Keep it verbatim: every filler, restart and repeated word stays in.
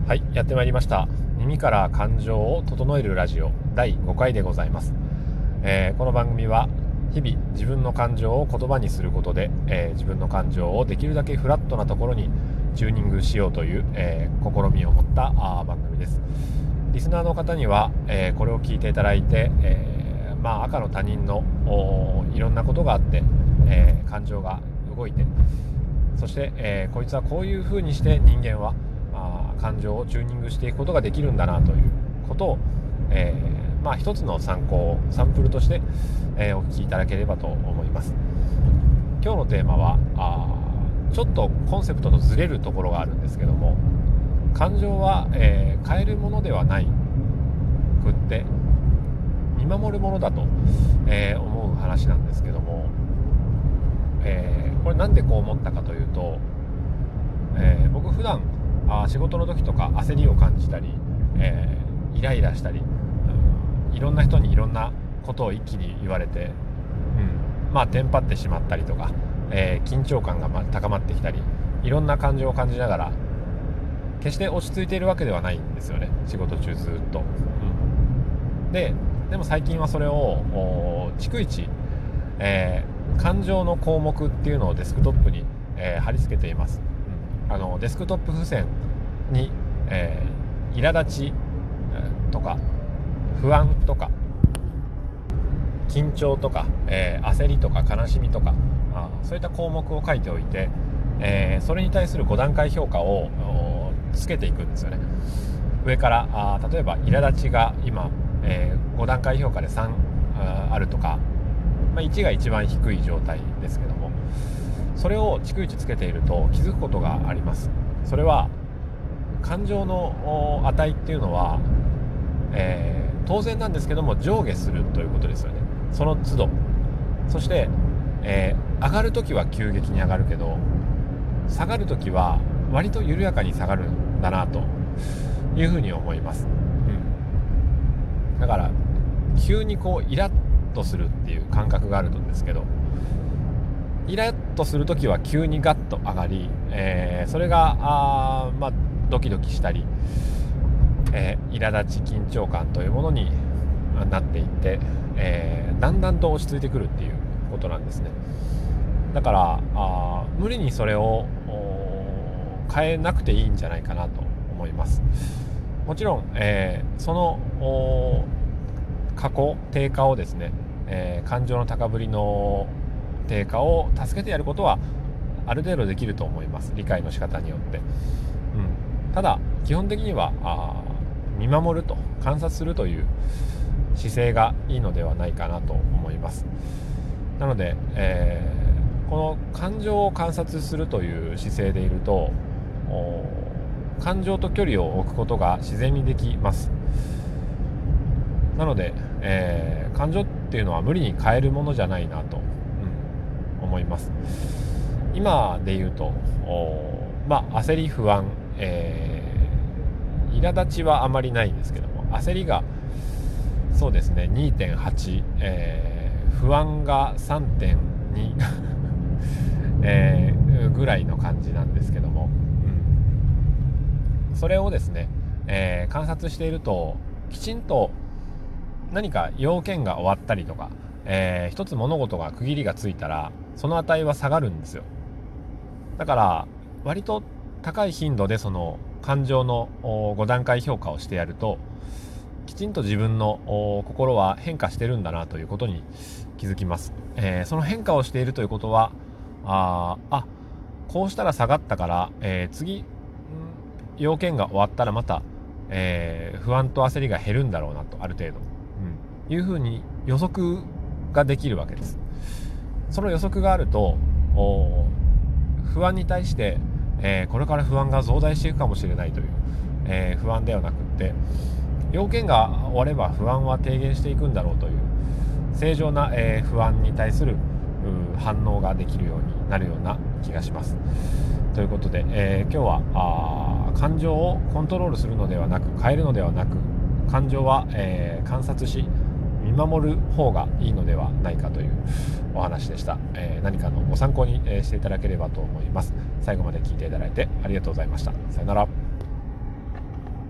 はい、やってまいりました。耳から感情を整えるラジオだいごかいでございます。えーこの番組は日々自分の感情を言葉にすることで、えー自分の感情をできるだけフラットなところにチューニングしようという、えー試みを持ったあー番組です。リスナーの方には、えーこれを聞いていただいて、えーまあ、赤の他人のおーいろんなことがあって、えー感情が動いて、そして、えーこいつはこういう風にして人間はあー感情をチューニングしていくことができるんだなということを、えーまあ、一つの参考サンプルとして、えーお聞きいただければと思います。今日のテーマはあーちょっとコンセプトとずれるところがあるんですけども、感情は、えー変えるものではないくって見守るものだと、えー思う話なんですけども、えーこれなんでこう思ったかというと、えー僕普段あ仕事の時とか焦りを感じたり、えーイライラしたり、うん、いろんな人にいろんなことを一気に言われて、うん、まあテンパってしまったりとか、えー緊張感がま高まってきたり、いろんな感情を感じながら決して落ち着いているわけではないんですよね、仕事中ずっと、うん、ででも最近はそれをお逐一、えー感情の項目っていうのをデスクトップに、えー貼り付けています。うん、あのデスクトップ付箋に、えー、苛立ち、えーとか不安とか緊張とか、えー焦りとか悲しみとか、あそういった項目を書いておいて、えーそれに対するご段階評価をおつけていくんですよね。上からあ例えば苛立ちが今、えーご段階評価でさん ああるとか、まあ、いちが一番低い状態ですけども、それを逐一つけていると気づくことがあります。それは感情のお値っていうのは、えー当然なんですけども上下するということですよね。その都度。そして、えー上がるときは急激に上がるけど、下がるときは割と緩やかに下がるんだなというふうに思います。うん、だから急にこうイラッとするっていう感覚があるんですけど、イラッとするときは急にガッと上がり、えーそれがあー、まあ、ドキドキしたり、えー、苛立ち緊張感というものになっていって、えーだんだんと落ち着いてくるっていうことなんですね。だからあ無理にそれを変えなくていいんじゃないかなと思います。もちろん、えーその過去低下をですね、えー感情の高ぶりの低下を助けてやることはある程度できると思います、理解の仕方によって。うん、ただ基本的にはあ見守ると観察するという姿勢がいいのではないかなと思います。なので、えーこの感情を観察するという姿勢でいると感情と距離を置くことが自然にできます。なので、えー感情っていうのは無理に変えるものじゃないなと、うん、思います。今で言うとまあ焦り不安、えー、苛立ちはあまりないんですけども、焦りがそうですね にてんはち、えー、不安が さんてんに えー、ぐらいの感じなんですけども、うん、それをですね、えー観察しているときちんと何か要件が終わったりとか、えー一つ物事が区切りがついたらその値は下がるんですよ。だから割と高い頻度でその感情のご段階評価をしてやると、きちんと自分の心は変化してるんだなということに気づきます。えーその変化をしているということはああこうしたら下がったから、えー次、ん要件が終わったらまた、えー不安と焦りが減るんだろうなと、ある程度、うん、いうふうに予測ができるわけです。その予測があると不安に対して、えーこれから不安が増大していくかもしれないという、えー不安ではなくって、要件が終われば不安は低減していくんだろうという正常な、えー不安に対する反応ができるようになるような気がします。ということで、えー今日はあ感情をコントロールするのではなく変えるのではなく、感情は、えー観察し見守る方がいいのではないかというお話でした。えー何かのご参考に、えーしていただければと思います。最後まで聞いていただいてありがとうございました。さよなら。